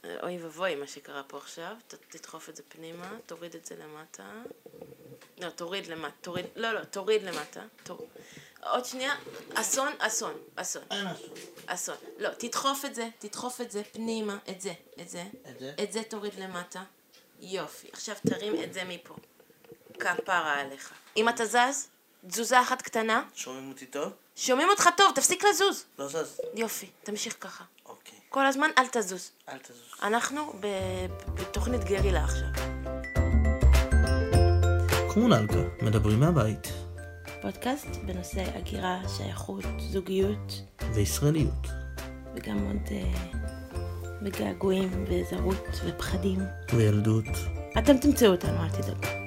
אוי ובוי, מה שקרה פה עכשיו. תדחוף את זה פנימה, תוריד את זה למטה. לא, תוריד למטה. תוריד למטה. עוד שנייה. אסון. אין אסון. לא, תדחוף את זה פנימה. את זה תוריד למטה. יופי. עכשיו תרים את זה מפה. כפרה עליך. אם אתה זז, תזוזה אחת קטנה. שומעים אותי טוב? שומעים אותך טוב, תפסיק לזוז. לא זז. יופי, תמשיך ככה. אוקיי. כל הזמן אל תזוז. אל תזוז. אנחנו בתוכנית גרילה עכשיו. קומונלקה, מדברים מהבית. פודקאסט בנושא הגירה, שייכות, זוגיות. וישראליות. וגם עוד בגעגועים וזרות ופחדים. וילדות. אתם תמצאו אותנו, אל תדאגו.